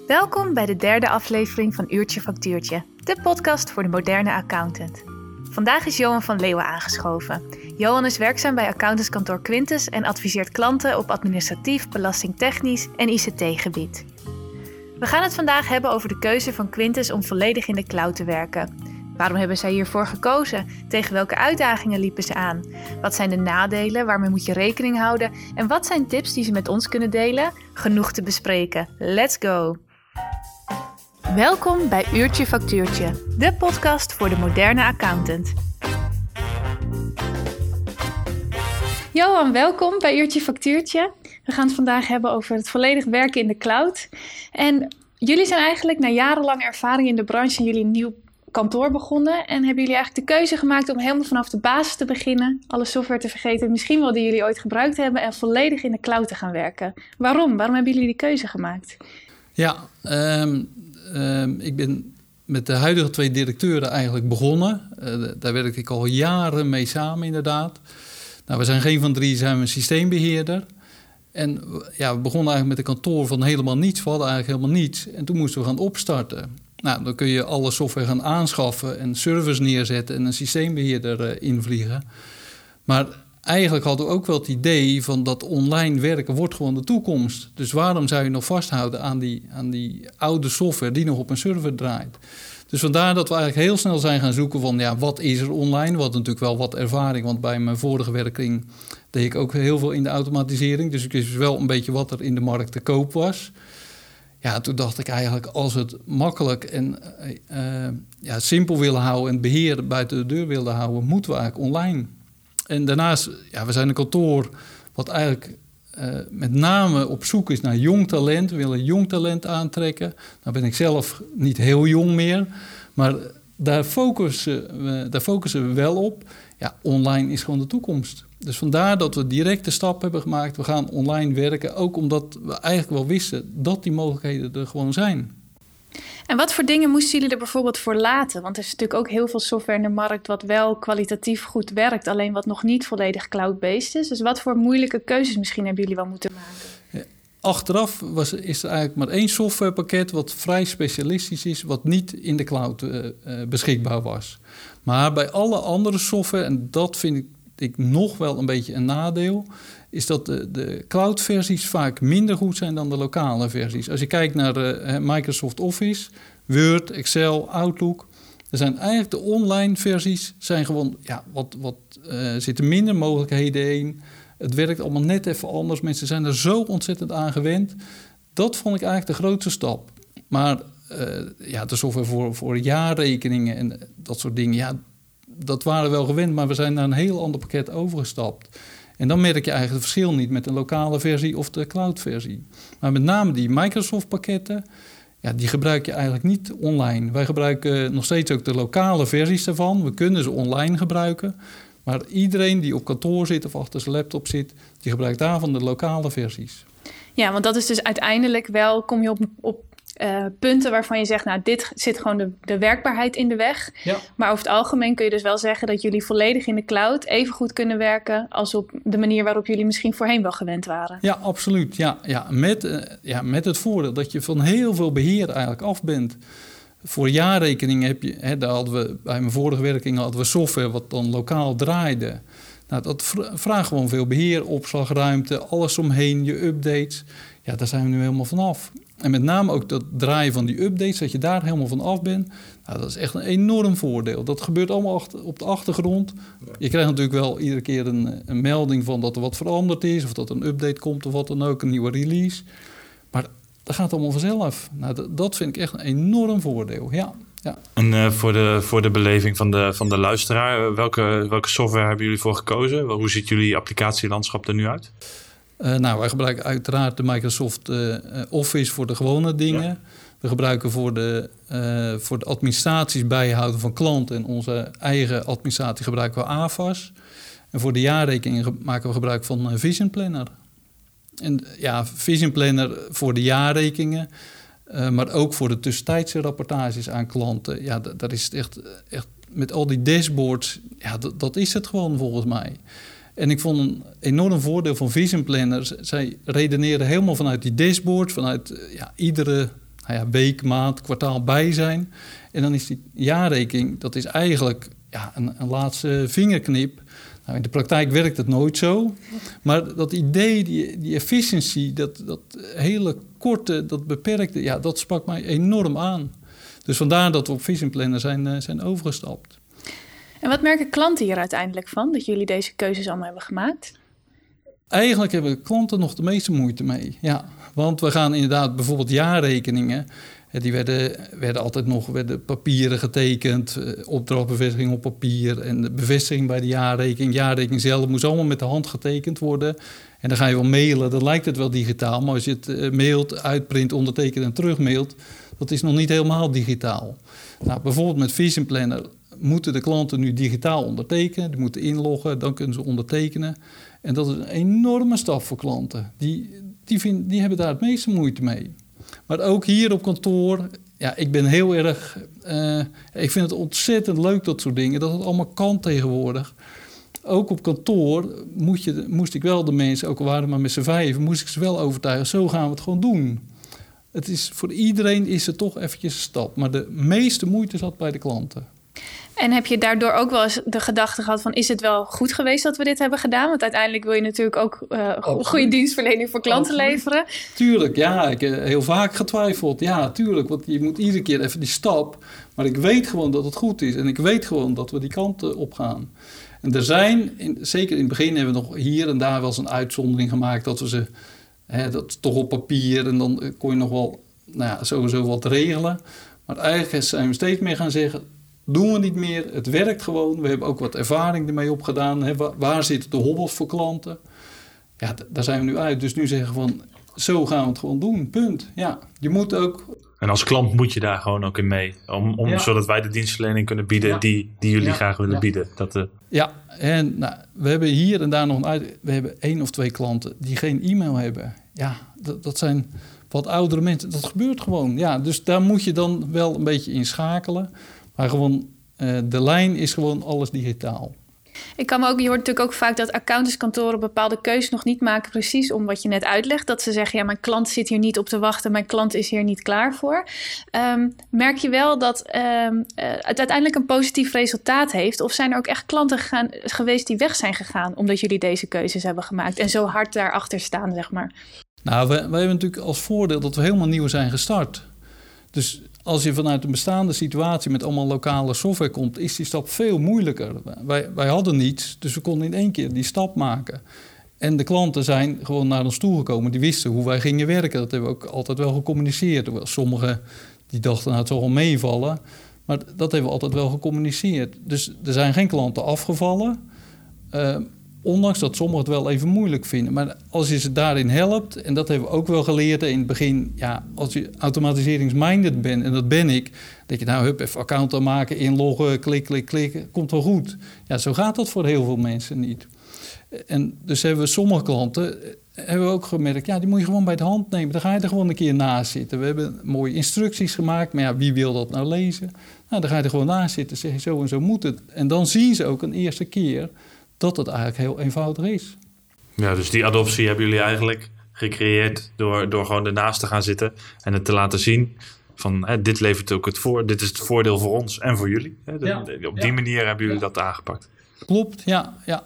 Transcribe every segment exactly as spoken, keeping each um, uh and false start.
Welkom bij de derde aflevering van Uurtje Factuurtje, de podcast voor de moderne accountant. Vandaag is Johan van Leeuwen aangeschoven. Johan is werkzaam bij accountantskantoor Quintus en adviseert klanten op administratief, belastingtechnisch en I C T-gebied. We gaan het vandaag hebben over de keuze van Quintus om volledig in de cloud te werken. Waarom hebben zij hiervoor gekozen? Tegen welke uitdagingen liepen ze aan? Wat zijn de nadelen? Waarmee moet je rekening houden? En wat zijn tips die ze met ons kunnen delen? Genoeg te bespreken. Let's go! Welkom bij Uurtje Factuurtje, de podcast voor de moderne accountant. Johan, welkom bij Uurtje Factuurtje. We gaan het vandaag hebben over het volledig werken in de cloud. En jullie zijn eigenlijk na jarenlange ervaring in de branche en jullie een nieuw kantoor begonnen. En hebben jullie eigenlijk de keuze gemaakt om helemaal vanaf de basis te beginnen, alle software te vergeten, misschien wel die jullie ooit gebruikt hebben, en volledig in de cloud te gaan werken. Waarom? Waarom hebben jullie die keuze gemaakt? Ja, um, um, ik ben met de huidige twee directeuren eigenlijk begonnen. Uh, daar werk ik al jaren mee samen inderdaad. Nou, we zijn geen van drie, zijn we een systeembeheerder. En ja, we begonnen eigenlijk met een kantoor van helemaal niets. We hadden eigenlijk helemaal niets. En toen moesten we gaan opstarten. Nou, dan kun je alle software gaan aanschaffen en servers neerzetten en een systeembeheerder uh, invliegen. Maar eigenlijk hadden we ook wel het idee van dat online werken wordt gewoon de toekomst. Dus waarom zou je nog vasthouden aan die, aan die oude software die nog op een server draait? Dus vandaar dat we eigenlijk heel snel zijn gaan zoeken van ja, wat is er online? We hadden natuurlijk wel wat ervaring, want bij mijn vorige werkkring deed ik ook heel veel in de automatisering. Dus ik wist wel een beetje wat er in de markt te koop was. Ja, toen dacht ik eigenlijk, als we het makkelijk en uh, ja, simpel willen houden en het beheer buiten de deur willen houden, moeten we eigenlijk online. En daarnaast, ja, we zijn een kantoor wat eigenlijk uh, met name op zoek is naar jong talent. We willen jong talent aantrekken. Nou ben ik zelf niet heel jong meer, maar daar focussen we, daar focussen we wel op. Ja, online is gewoon de toekomst. Dus vandaar dat we direct de stap hebben gemaakt. We gaan online werken, ook omdat we eigenlijk wel wisten dat die mogelijkheden er gewoon zijn. En wat voor dingen moesten jullie er bijvoorbeeld voor laten? Want er is natuurlijk ook heel veel software in de markt wat wel kwalitatief goed werkt, alleen wat nog niet volledig cloud-based is. Dus wat voor moeilijke keuzes misschien hebben jullie wel moeten maken? Ja, achteraf was, is er eigenlijk maar één softwarepakket wat vrij specialistisch is, wat niet in de cloud uh, uh, beschikbaar was. Maar bij alle andere software, en dat vind ik ik nog wel een beetje een nadeel, is dat de, de cloud-versies vaak minder goed zijn dan de lokale versies. Als je kijkt naar uh, Microsoft Office, Word, Excel, Outlook, er zijn eigenlijk de online versies zijn gewoon ja, wat, wat uh, zitten minder mogelijkheden in. Het werkt allemaal net even anders. Mensen zijn er zo ontzettend aan gewend. Dat vond ik eigenlijk de grootste stap. Maar uh, ja, de software voor, voor jaarrekeningen en dat soort dingen, ja, dat waren wel gewend, maar we zijn naar een heel ander pakket overgestapt. En dan merk je eigenlijk het verschil niet met een lokale versie of de cloud-versie. Maar met name die Microsoft-pakketten, ja, die gebruik je eigenlijk niet online. Wij gebruiken nog steeds ook de lokale versies daarvan. We kunnen ze online gebruiken. Maar iedereen die op kantoor zit of achter zijn laptop zit, die gebruikt daarvan de lokale versies. Ja, want dat is dus uiteindelijk wel, kom je op, op Uh, punten waarvan je zegt, nou, dit zit gewoon de, de werkbaarheid in de weg. Ja. Maar over het algemeen kun je dus wel zeggen dat jullie volledig in de cloud even goed kunnen werken als op de manier waarop jullie misschien voorheen wel gewend waren. Ja, absoluut. Ja, ja. Met, uh, ja, met het voordeel dat je van heel veel beheer eigenlijk af bent. Voor jaarrekeningen heb je, hè, daar hadden we bij mijn vorige werking hadden we software wat dan lokaal draaide. Nou, dat vraagt gewoon veel beheer, opslagruimte, alles omheen, je updates. Ja, daar zijn we nu helemaal vanaf. En met name ook dat draaien van die updates, dat je daar helemaal van af bent. Nou, dat is echt een enorm voordeel. Dat gebeurt allemaal achter, op de achtergrond. Je krijgt natuurlijk wel iedere keer een, een melding van dat er wat veranderd is, of dat er een update komt of wat dan ook, een nieuwe release. Maar dat gaat allemaal vanzelf. Nou, dat, dat vind ik echt een enorm voordeel, ja. Ja. En uh, voor, de, voor de beleving van de, van de luisteraar, welke, welke software hebben jullie voor gekozen? Hoe ziet jullie applicatielandschap er nu uit? Uh, nou, wij gebruiken uiteraard de Microsoft uh, Office voor de gewone dingen. Ja. We gebruiken voor de, uh, voor de administraties bijhouden van klanten en onze eigen administratie gebruiken we A V A S. En voor de jaarrekeningen maken we gebruik van uh, Vision Planner. En ja, Vision Planner voor de jaarrekeningen, uh, maar ook voor de tussentijdse rapportages aan klanten. Ja, d- daar is het echt, echt met al die dashboards, ja, d- dat is het gewoon volgens mij. En ik vond een enorm voordeel van Vision Planners. Zij redeneren helemaal vanuit die dashboards, vanuit ja, iedere nou ja, week, maand, kwartaal bij zijn. En dan is die jaarrekening, dat is eigenlijk ja, een, een laatste vingerknip. Nou, in de praktijk werkt het nooit zo. Maar dat idee, die, die efficiëntie, dat, dat hele korte, dat beperkte, ja, dat sprak mij enorm aan. Dus vandaar dat we op Vision Planner zijn, zijn overgestapt. En wat merken klanten hier uiteindelijk van, dat jullie deze keuzes allemaal hebben gemaakt? Eigenlijk hebben klanten nog de meeste moeite mee, ja. Want we gaan inderdaad bijvoorbeeld jaarrekeningen, die werden, werden altijd nog werden papieren getekend, opdrachtbevestiging op papier en de bevestiging bij de jaarrekening. Jaarrekening zelf moest allemaal met de hand getekend worden. En dan ga je wel mailen, dan lijkt het wel digitaal, maar als je het mailt, uitprint, ondertekent en terugmailt, dat is nog niet helemaal digitaal. Nou, bijvoorbeeld met Vision Planner moeten de klanten nu digitaal ondertekenen. Die moeten inloggen, dan kunnen ze ondertekenen. En dat is een enorme stap voor klanten. Die, die, vind, die hebben daar het meeste moeite mee. Maar ook hier op kantoor, ja, ik ben heel erg... Uh, ik vind het ontzettend leuk, dat soort dingen. Dat het allemaal kan tegenwoordig. Ook op kantoor moet je, moest ik wel de mensen, ook al waren we maar met z'n vijven, moest ik ze wel overtuigen. Zo gaan we het gewoon doen. Het is, voor iedereen is het toch eventjes een stap. Maar de meeste moeite zat bij de klanten. En heb je daardoor ook wel eens de gedachte gehad van, is het wel goed geweest dat we dit hebben gedaan? Want uiteindelijk wil je natuurlijk ook uh, goede dienstverlening voor klanten Absoluut. leveren. Tuurlijk, ja. Ik heb heel vaak getwijfeld. Ja, tuurlijk. Want je moet iedere keer even die stap. Maar ik weet gewoon dat het goed is. En ik weet gewoon dat we die kant op gaan. En er zijn, in, zeker in het begin hebben we nog hier en daar wel eens een uitzondering gemaakt. Dat we ze, hè, dat toch op papier. En dan kon je nog wel, nou ja, sowieso wat regelen. Maar eigenlijk zijn we steeds meer gaan zeggen, doen we niet meer. Het werkt gewoon. We hebben ook wat ervaring ermee opgedaan. Hè. Waar, waar zitten de hobbels voor klanten? Ja, d- daar zijn we nu uit. Dus nu zeggen we van, zo gaan we het gewoon doen. Punt. Ja, je moet ook... En als klant moet je daar gewoon ook in mee. Om, om, ja. Zodat wij de dienstverlening kunnen bieden ja. die, die jullie ja. graag willen ja. bieden. Dat, uh... Ja, en nou, we hebben hier en daar nog een uit... We hebben één of twee klanten die geen e-mail hebben. Ja, dat, dat zijn wat oudere mensen. Dat gebeurt gewoon. Ja, dus daar moet je dan wel een beetje in schakelen. Maar gewoon, uh, de lijn is gewoon alles digitaal. Ik kan me ook, je hoort natuurlijk ook vaak dat accountantskantoren bepaalde keuzes nog niet maken, precies om wat je net uitlegt. Dat ze zeggen, ja, mijn klant zit hier niet op te wachten, mijn klant is hier niet klaar voor. Um, merk je wel dat um, uh, het uiteindelijk een positief resultaat heeft? Of zijn er ook echt klanten gegaan, geweest die weg zijn gegaan omdat jullie deze keuzes hebben gemaakt en zo hard daarachter staan, zeg maar? Nou, we, wij hebben natuurlijk als voordeel dat we helemaal nieuw zijn gestart. Dus als je vanuit een bestaande situatie met allemaal lokale software komt, is die stap veel moeilijker. Wij, wij hadden niets, dus we konden in één keer die stap maken. En de klanten zijn gewoon naar ons toegekomen. Die wisten hoe wij gingen werken. Dat hebben we ook altijd wel gecommuniceerd. Sommigen die dachten, nou, het zal wel meevallen. Maar dat hebben we altijd wel gecommuniceerd. Dus er zijn geen klanten afgevallen. Uh, Ondanks dat sommigen het wel even moeilijk vinden. Maar als je ze daarin helpt, en dat hebben we ook wel geleerd in het begin. Ja, als je automatiseringsminded bent, en dat ben ik, dat je nou hup, even account aanmaken, inloggen, klik, klik, klikken, komt wel goed. Ja, zo gaat dat voor heel veel mensen niet. En dus hebben we sommige klanten, hebben we ook gemerkt, ja, die moet je gewoon bij de hand nemen. Dan ga je er gewoon een keer naast zitten. We hebben mooie instructies gemaakt, maar ja, wie wil dat nou lezen? Nou, dan ga je er gewoon naast zitten, zeg je zo en zo moet het. En dan zien ze ook een eerste keer dat het eigenlijk heel eenvoudig is. Ja, dus die adoptie hebben jullie eigenlijk gecreëerd door, door gewoon ernaast te gaan zitten en het te laten zien van hè, dit levert ook het voor, dit is het voordeel voor ons en voor jullie. Hè? Ja, op die ja. manier hebben jullie ja. dat aangepakt. Klopt, ja. ja.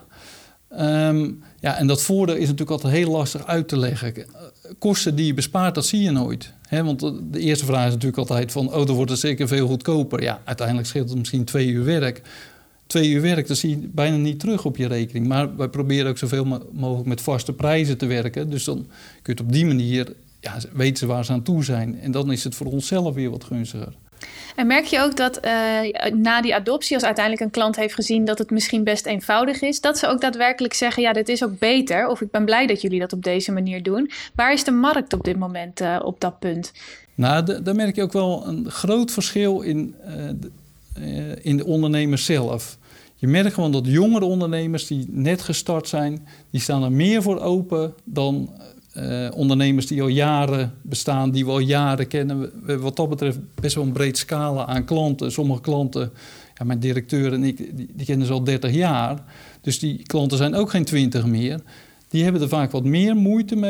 Um, ja, en dat voordeel is natuurlijk altijd heel lastig uit te leggen. Kosten die je bespaart, dat zie je nooit. Hè? Want de eerste vraag is natuurlijk altijd van, oh, dan wordt het zeker veel goedkoper. Ja, uiteindelijk scheelt het misschien twee uur werk. Twee uur werk, dat zie je bijna niet terug op je rekening. Maar wij proberen ook zoveel mogelijk met vaste prijzen te werken. Dus dan kun je het op die manier, ja, weten ze waar ze aan toe zijn. En dan is het voor onszelf weer wat gunstiger. En merk je ook dat uh, na die adoptie, als uiteindelijk een klant heeft gezien dat het misschien best eenvoudig is, dat ze ook daadwerkelijk zeggen, ja, dit is ook beter, of ik ben blij dat jullie dat op deze manier doen. Waar is de markt op dit moment uh, op dat punt? Nou, de, daar merk je ook wel een groot verschil in, uh, de, uh, in de ondernemers zelf. Je merkt gewoon dat jongere ondernemers die net gestart zijn, die staan er meer voor open dan uh, ondernemers die al jaren bestaan, die we al jaren kennen. We hebben wat dat betreft best wel een breed scala aan klanten. Sommige klanten, ja, mijn directeur en ik, die, die kennen ze al dertig jaar. Dus die klanten zijn ook geen twintig meer. Die hebben er vaak wat meer moeite mee.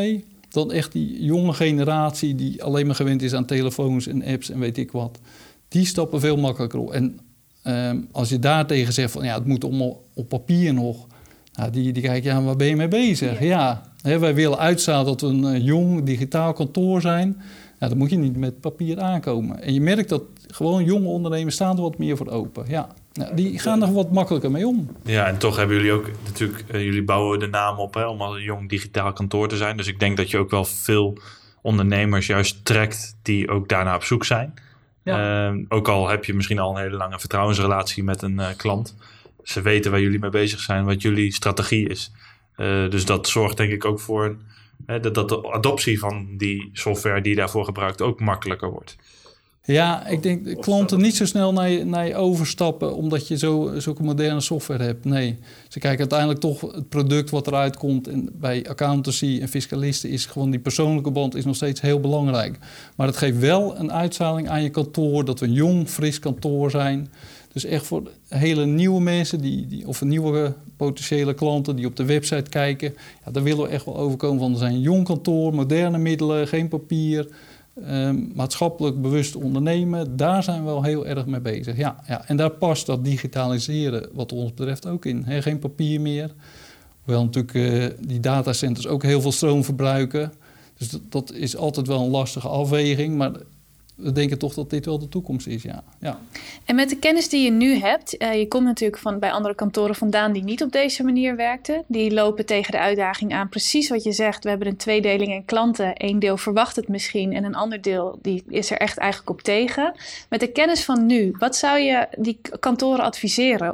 dan echt die jonge generatie die alleen maar gewend is aan telefoons en apps en weet ik wat. Die stappen veel makkelijker op. En um, als je daartegen zegt van ja, het moet allemaal op papier nog. Nou, die, die kijken, ja, waar ben je mee bezig? Ja, ja hè, wij willen uitstralen dat we een uh, jong digitaal kantoor zijn. Nou, dan moet je niet met papier aankomen. En je merkt dat gewoon jonge ondernemers staan er wat meer voor open. Ja, nou, die gaan er wat makkelijker mee om. Ja, en toch hebben jullie ook natuurlijk, uh, jullie bouwen de naam op hè, om al een jong digitaal kantoor te zijn. Dus ik denk dat je ook wel veel ondernemers juist trekt die ook daarna op zoek zijn. Ja. Uh, ook al heb je misschien al een hele lange vertrouwensrelatie met een uh, klant. Ze weten waar jullie mee bezig zijn, wat jullie strategie is. Uh, dus dat zorgt denk ik ook voor hè, dat, dat de adoptie van die software die je daarvoor gebruikt ook makkelijker wordt. Ja, ik denk dat klanten niet zo snel naar je, naar je overstappen omdat je zo, zulke moderne software hebt. Nee, ze kijken uiteindelijk toch het product wat eruit komt. En bij accountancy en fiscalisten is gewoon die persoonlijke band is nog steeds heel belangrijk. Maar het geeft wel een uitstraling aan je kantoor, dat we een jong, fris kantoor zijn. Dus echt voor hele nieuwe mensen die, die, of nieuwe potentiële klanten die op de website kijken. Ja, daar willen we echt wel overkomen van. Er zijn een jong kantoor, moderne middelen, geen papier. Um, maatschappelijk bewust ondernemen, daar zijn we wel heel erg mee bezig. Ja, ja. En daar past dat digitaliseren wat ons betreft ook in. He, geen papier meer. Hoewel natuurlijk uh, die datacenters ook heel veel stroom verbruiken. Dus dat, dat is altijd wel een lastige afweging. Maar we denken toch dat dit wel de toekomst is, ja. ja. En met de kennis die je nu hebt, uh, je komt natuurlijk van bij andere kantoren vandaan die niet op deze manier werkten. Die lopen tegen de uitdaging aan. Precies wat je zegt, we hebben een tweedeling in klanten. Eén deel verwacht het misschien en een ander deel die is er echt eigenlijk op tegen. Met de kennis van nu, wat zou je die kantoren adviseren?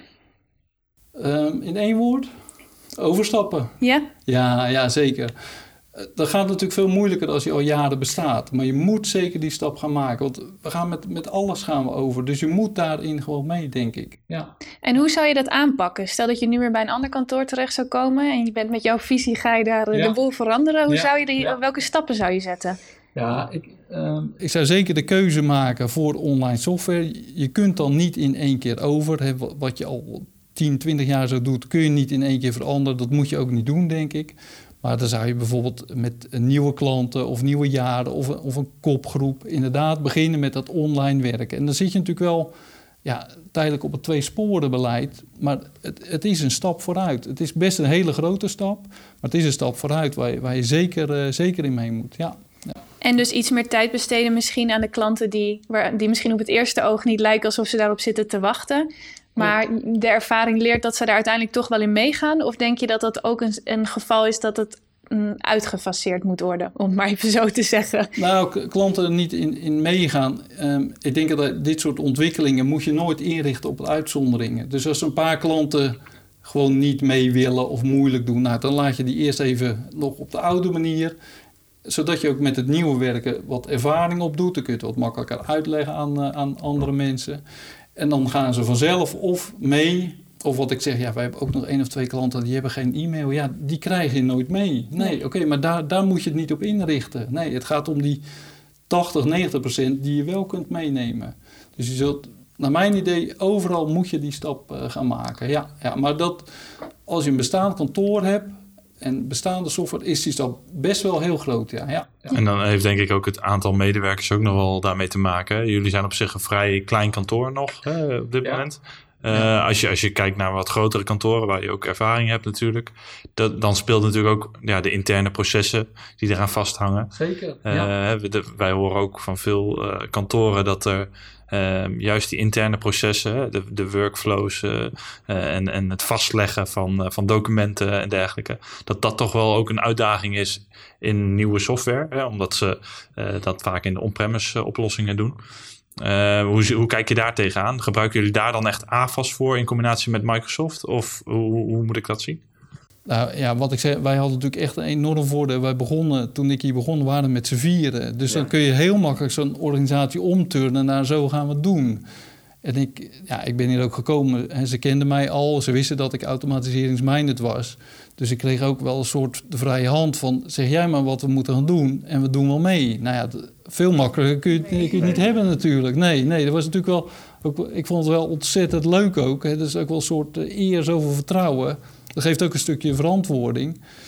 Um, in één woord? Overstappen. Ja? Ja, ja, zeker. Dat gaat natuurlijk veel moeilijker als je al jaren bestaat. Maar je moet zeker die stap gaan maken. Want we gaan met, met alles gaan we over. Dus je moet daarin gewoon mee, denk ik. Ja. En hoe zou je dat aanpakken? Stel dat je nu weer bij een ander kantoor terecht zou komen. En je bent met jouw visie, ga je daar ja. de boel veranderen. Hoe ja. zou je die, ja. Welke stappen zou je zetten? Ja, ik, uh, ik zou zeker de keuze maken voor online software. Je kunt dan niet in één keer over. Hè, wat je al tien, twintig jaar zo doet, kun je niet in één keer veranderen. Dat moet je ook niet doen, denk ik. Maar dan zou je bijvoorbeeld met nieuwe klanten of nieuwe jaren of een, of een kopgroep inderdaad beginnen met dat online werken. En dan zit je natuurlijk wel ja, tijdelijk op het twee-sporen-beleid, maar het, het is een stap vooruit. Het is best een hele grote stap, maar het is een stap vooruit waar je, waar je zeker, uh, zeker in mee moet. Ja. Ja. En dus iets meer tijd besteden misschien aan de klanten die, waar, die misschien op het eerste oog niet lijken alsof ze daarop zitten te wachten. Maar de ervaring leert dat ze daar uiteindelijk toch wel in meegaan? Of denk je dat dat ook een, een geval is dat het mm, uitgefaseerd moet worden? Om het maar even zo te zeggen. Nou, k- klanten er niet in, in meegaan. Um, ik denk dat dit soort ontwikkelingen moet je nooit inrichten op uitzonderingen. Dus als een paar klanten gewoon niet mee willen of moeilijk doen, nou, dan laat je die eerst even nog op de oude manier. Zodat je ook met het nieuwe werken wat ervaring opdoet. Dan kun je het wat makkelijker uitleggen aan, uh, aan andere mensen. En dan gaan ze vanzelf of mee, of wat ik zeg, ja, wij hebben ook nog één of twee klanten die hebben geen e-mail. Ja, die krijg je nooit mee. Nee, oké, okay, maar daar, daar moet je het niet op inrichten. Nee, het gaat om die tachtig, negentig procent die je wel kunt meenemen. Dus je zult, naar mijn idee, overal moet je die stap uh, gaan maken. Ja, ja, maar dat, als je een bestaand kantoor hebt en bestaande software, is die stap best wel heel groot. Ja, ja, ja. En dan heeft denk ik ook het aantal medewerkers ook nog wel daarmee te maken. Jullie zijn op zich een vrij klein kantoor nog hè, op dit ja. moment. Uh, ja. als, je, als je kijkt naar wat grotere kantoren, waar je ook ervaring hebt natuurlijk, dat, dan speelt natuurlijk ook ja, de interne processen die eraan vasthangen. Zeker, uh, ja. de, wij horen ook van veel uh, kantoren dat er uh, juist die interne processen, de, de workflows uh, uh, en, en het vastleggen van, uh, van documenten en dergelijke, dat dat toch wel ook een uitdaging is in nieuwe software, hè, omdat ze uh, dat vaak in de on-premise uh, oplossingen doen. Uh, hoe, hoe kijk je daar tegenaan? Gebruiken jullie daar dan echt A V A S voor in combinatie met Microsoft? Of hoe, hoe moet ik dat zien? Nou ja, wat ik zei, wij hadden natuurlijk echt een enorm voordeel. Wij begonnen, toen ik hier begon, waren we met z'n vieren. Dus ja. dan kun je heel makkelijk zo'n organisatie omturnen naar zo gaan we het doen. En ik, ja, ik ben hier ook gekomen en ze kenden mij al. Ze wisten dat ik automatiseringsminded was. Dus ik kreeg ook wel een soort de vrije hand van, zeg jij maar wat we moeten gaan doen en we doen wel mee. Nou ja, veel makkelijker kun je, kun je het niet hebben natuurlijk. Nee, nee, dat was natuurlijk wel, ook, ik vond het wel ontzettend leuk ook. Hè. Dat is ook wel een soort eer, zoveel vertrouwen. Dat geeft ook een stukje verantwoording.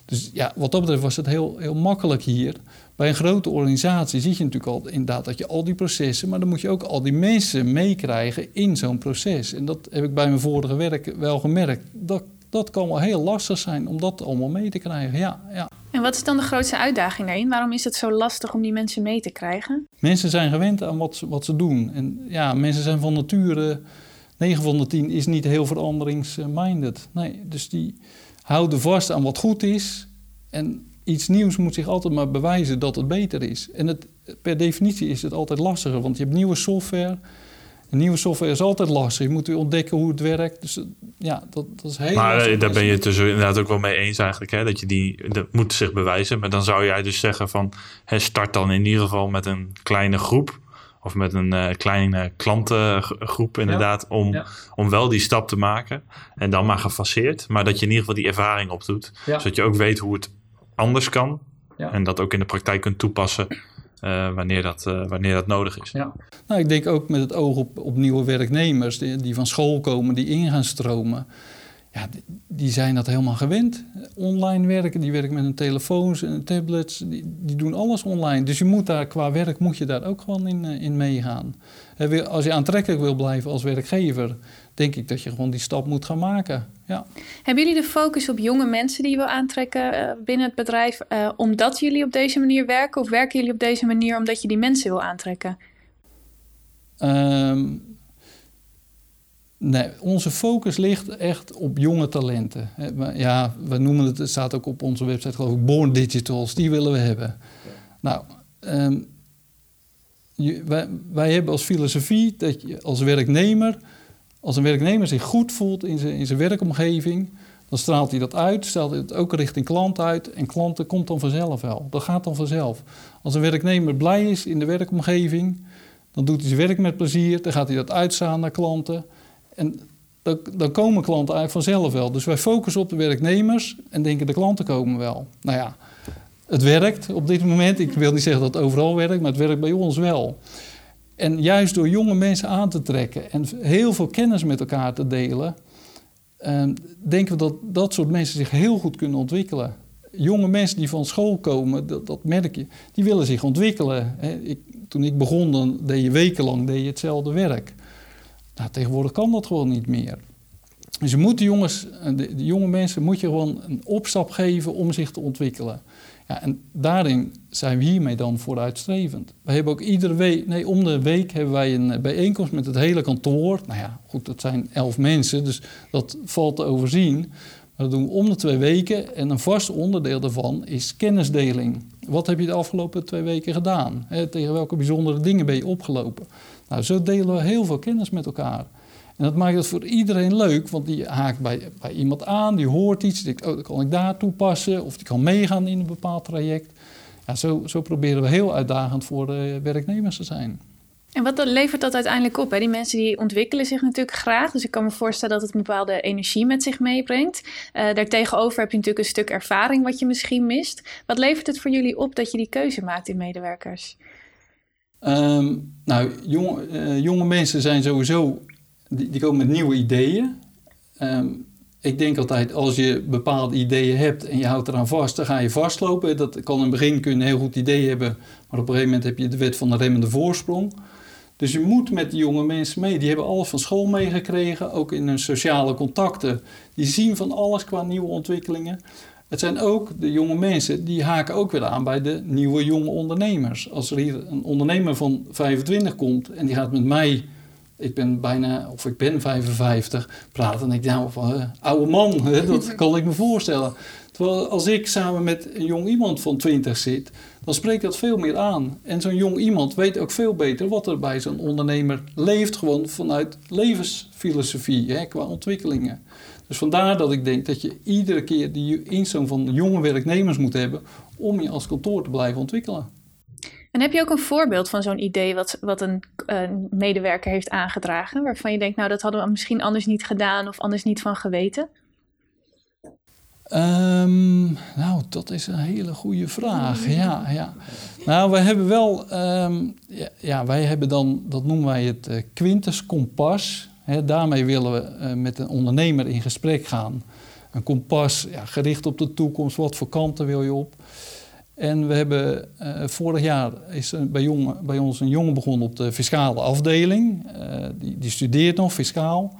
Dus ja, wat dat betreft was het heel, heel makkelijk hier. Bij een grote organisatie zie je natuurlijk al inderdaad dat je al die processen, maar dan moet je ook al die mensen meekrijgen in zo'n proces. En dat heb ik bij mijn vorige werk wel gemerkt. Dat, dat kan wel heel lastig zijn om dat allemaal mee te krijgen. Ja, ja. En wat is dan de grootste uitdaging daarin? Waarom is het zo lastig om die mensen mee te krijgen? Mensen zijn gewend aan wat ze, wat ze doen. En ja, mensen zijn van nature, negen van de tien is niet heel veranderingsminded. Nee, dus die houden vast aan wat goed is. En iets nieuws moet zich altijd maar bewijzen dat het beter is. En het, per definitie is het altijd lastiger, want je hebt nieuwe software. En nieuwe software is altijd lastig. Je moet weer ontdekken hoe het werkt. Dus ja, dat, dat is heel Maar lastig. daar ben je het dus inderdaad ook wel mee eens eigenlijk. Hè? Dat je die, dat moet zich bewijzen. Maar dan zou jij dus zeggen van, hè, start dan in ieder geval met een kleine groep. Of met een uh, kleine klantengroep inderdaad. Ja. Om, ja. om wel die stap te maken. En dan maar gefaseerd. Maar dat je in ieder geval die ervaring opdoet. Ja. Zodat je ook weet hoe het anders kan. Ja. En dat ook in de praktijk kunt toepassen. Uh, wanneer, dat, uh, wanneer dat nodig is. Ja. Nou, ik denk ook met het oog op, op nieuwe werknemers die, die van school komen, die in gaan stromen. Ja, die, die zijn dat helemaal gewend. Online werken, die werken met hun telefoons en tablets. Die, die doen alles online. Dus je moet daar qua werk moet je daar ook gewoon in, uh, in meegaan. Uh, als je aantrekkelijk wil blijven als werkgever, denk ik dat je gewoon die stap moet gaan maken. Ja. Hebben jullie de focus op jonge mensen die je wil aantrekken uh, binnen het bedrijf, uh, omdat jullie op deze manier werken? Of werken jullie op deze manier omdat je die mensen wil aantrekken? Um, nee, onze focus ligt echt op jonge talenten. Ja, we noemen het, het staat ook op onze website geloof ik, Born Digitals, die willen we hebben. Ja. Nou, um, je, wij, wij hebben als filosofie dat je als werknemer, als een werknemer zich goed voelt in zijn, in zijn werkomgeving, dan straalt hij dat uit, straalt hij het ook richting klant uit en klanten komt dan vanzelf wel. Dat gaat dan vanzelf. Als een werknemer blij is in de werkomgeving, dan doet hij zijn werk met plezier, dan gaat hij dat uitstralen naar klanten. En dan, dan komen klanten eigenlijk vanzelf wel. Dus wij focussen op de werknemers en denken de klanten komen wel. Nou ja, het werkt op dit moment. Ik wil niet zeggen dat het overal werkt, maar het werkt bij ons wel. En juist door jonge mensen aan te trekken en heel veel kennis met elkaar te delen, eh, denken we dat dat soort mensen zich heel goed kunnen ontwikkelen. Jonge mensen die van school komen, dat, dat merk je, die willen zich ontwikkelen. Hè. Ik, toen ik begon, dan deed je wekenlang deed je hetzelfde werk. Nou, tegenwoordig kan dat gewoon niet meer. Dus je moet de, jongens, de, de jonge mensen moet je gewoon een opstap geven om zich te ontwikkelen. Ja, en daarin zijn we hiermee dan vooruitstrevend. We hebben ook iedere week, nee, om de week hebben wij een bijeenkomst met het hele kantoor. Nou ja, goed, dat zijn elf mensen, dus dat valt te overzien. Maar dat doen we om de twee weken en een vast onderdeel daarvan is kennisdeling. Wat heb je de afgelopen twee weken gedaan? He, tegen welke bijzondere dingen ben je opgelopen? Nou, zo delen we heel veel kennis met elkaar. En dat maakt het voor iedereen leuk, want die haakt bij, bij iemand aan, die hoort iets, die denkt, oh, dat kan ik daar toepassen, of die kan meegaan in een bepaald traject. Ja, zo, zo proberen we heel uitdagend voor de werknemers te zijn. En wat levert dat uiteindelijk op? Hè? Die mensen die ontwikkelen zich natuurlijk graag. Dus ik kan me voorstellen dat het een bepaalde energie met zich meebrengt. Uh, daartegenover heb je natuurlijk een stuk ervaring wat je misschien mist. Wat levert het voor jullie op dat je die keuze maakt in medewerkers? Um, nou, jong, uh, jonge mensen zijn sowieso, die, die komen met nieuwe ideeën. Um, ik denk altijd, als je bepaalde ideeën hebt en je houdt eraan vast, dan ga je vastlopen. Dat kan in het begin kun je een heel goed idee hebben, maar op een gegeven moment heb je de wet van de remmende voorsprong. Dus je moet met die jonge mensen mee. Die hebben alles van school meegekregen, ook in hun sociale contacten. Die zien van alles qua nieuwe ontwikkelingen. Het zijn ook de jonge mensen, die haken ook weer aan bij de nieuwe jonge ondernemers. Als er hier een ondernemer van vijfentwintig komt en die gaat met mij, ik ben bijna, of ik ben vijfenvijftig, praten. En ik denk, nou, van, uh, oude man, hè, dat kan ik me voorstellen. Terwijl als ik samen met een jong iemand van twintig zit, dan spreekt dat veel meer aan. En zo'n jong iemand weet ook veel beter wat er bij zo'n ondernemer leeft, gewoon vanuit levensfilosofie, hè, qua ontwikkelingen. Dus vandaar dat ik denk dat je iedere keer die instroom van jonge werknemers moet hebben om je als kantoor te blijven ontwikkelen. En heb je ook een voorbeeld van zo'n idee wat, wat een uh, medewerker heeft aangedragen, waarvan je denkt, nou dat hadden we misschien anders niet gedaan of anders niet van geweten? Um, nou, dat is een hele goede vraag. Ja, ja. Nou, wij hebben wel, um, ja, ja, wij hebben dan, dat noemen wij het uh, Quintus Kompas. He, daarmee willen we uh, met een ondernemer in gesprek gaan. een kompas ja, gericht op de toekomst. Wat voor kanten wil je op? En we hebben uh, vorig jaar is er bij, jongen, bij ons een jongen begonnen op de fiscale afdeling. Uh, die, die studeert nog fiscaal.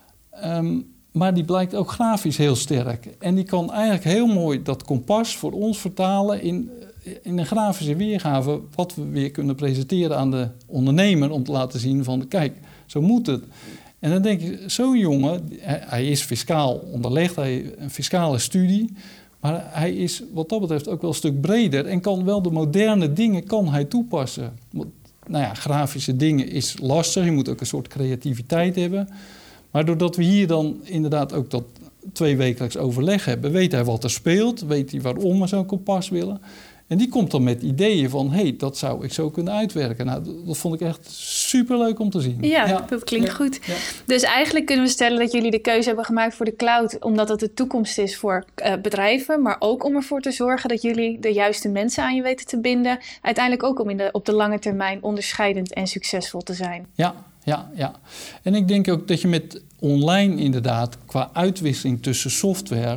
Um, maar die blijkt ook grafisch heel sterk. En die kan eigenlijk heel mooi dat kompas voor ons vertalen in, in een grafische weergave. Wat we weer kunnen presenteren aan de ondernemer om te laten zien van kijk, zo moet het. En dan denk je, zo'n jongen, hij, hij is fiscaal onderlegd, hij heeft een fiscale studie. Maar hij is wat dat betreft ook wel een stuk breder en kan wel de moderne dingen kan hij toepassen. Nou ja, grafische dingen is lastig, je moet ook een soort creativiteit hebben. Maar doordat we hier dan inderdaad ook dat tweewekelijks overleg hebben, weet hij wat er speelt, weet hij waarom we zo'n kompas willen. En die komt dan met ideeën van, hé, hey, dat zou ik zo kunnen uitwerken. Nou, dat vond ik echt superleuk om te zien. Ja, ja. dat klinkt ja. goed. Ja. Dus eigenlijk kunnen we stellen dat jullie de keuze hebben gemaakt voor de cloud, omdat het de toekomst is voor uh, bedrijven, maar ook om ervoor te zorgen dat jullie de juiste mensen aan je weten te binden. Uiteindelijk ook om in de, op de lange termijn onderscheidend en succesvol te zijn. Ja, ja, ja. En ik denk ook dat je met online inderdaad, qua uitwisseling tussen software,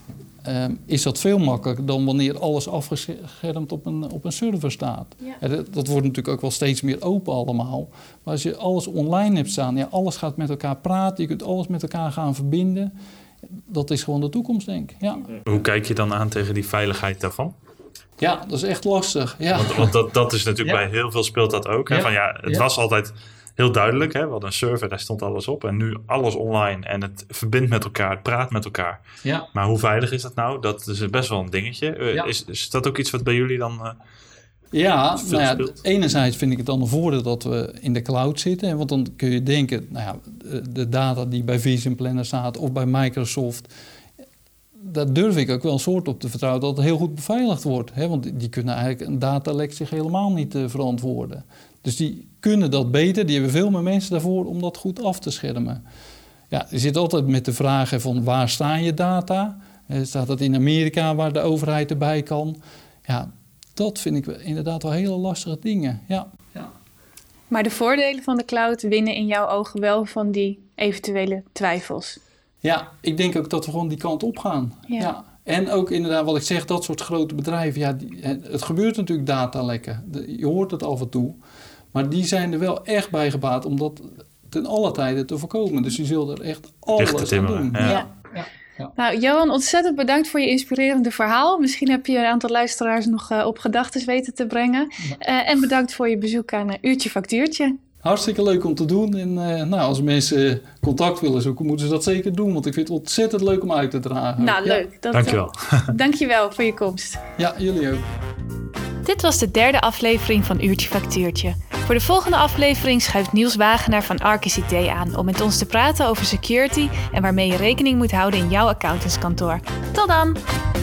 Um, is dat veel makkelijker dan wanneer alles afgeschermd op een, op een server staat. Ja. Dat, dat wordt natuurlijk ook wel steeds meer open allemaal. Maar als je alles online hebt staan, ja, alles gaat met elkaar praten, je kunt alles met elkaar gaan verbinden. Dat is gewoon de toekomst, denk ik. Ja. Hoe kijk je dan aan tegen die veiligheid daarvan? Ja, dat is echt lastig. Ja. Want, want dat, dat is natuurlijk ja. bij heel veel speelt dat ook. Hè? Ja. Van, ja, het ja. was altijd heel duidelijk. Hè? We hadden een server, daar stond alles op. En nu alles online. En het verbindt met elkaar, het praat met elkaar. Ja. Maar hoe veilig is dat nou? Dat is best wel een dingetje. Uh, ja. is, is dat ook iets wat bij jullie dan uh, Ja, nou ja, enerzijds vind ik het dan een voordeel dat we in de cloud zitten. Want dan kun je denken, nou ja, de data die bij Vision Planner staat of bij Microsoft, daar durf ik ook wel een soort op te vertrouwen dat het heel goed beveiligd wordt. Hè? Want die kunnen eigenlijk een datalek zich helemaal niet uh, verantwoorden. Dus die kunnen dat beter, die hebben veel meer mensen daarvoor om dat goed af te schermen. Ja, je zit altijd met de vragen van waar staan je data? Uh, staat dat in Amerika waar de overheid erbij kan? Ja, dat vind ik inderdaad wel hele lastige dingen. Ja. Ja. Maar de voordelen van de cloud winnen in jouw ogen wel van die eventuele twijfels. Ja, ik denk ook dat we gewoon die kant op gaan. Ja. Ja. En ook inderdaad, wat ik zeg, dat soort grote bedrijven, ja, die, het gebeurt natuurlijk datalekken. Je hoort het af en toe. Maar die zijn er wel echt bij gebaat om dat ten alle tijde te voorkomen. Dus die zullen er echt alles aan doen. Ja. Ja. Ja. Ja. Nou, Johan, ontzettend bedankt voor je inspirerende verhaal. Misschien heb je een aantal luisteraars nog uh, op gedachten weten te brengen. Ja. Uh, en bedankt voor je bezoek aan uh, Uurtje Factuurtje. Hartstikke leuk om te doen. En uh, nou, als mensen contact willen zoeken, moeten ze dat zeker doen. Want ik vind het ontzettend leuk om uit te dragen. Nou, ja. leuk. Dat, Dankjewel. Dankjewel voor je komst. Ja, jullie ook. Dit was de derde aflevering van Uurtje Factuurtje. Voor de volgende aflevering schuift Niels Wagenaar van Arcus I T aan om met ons te praten over security en waarmee je rekening moet houden in jouw accountantskantoor. Tot dan!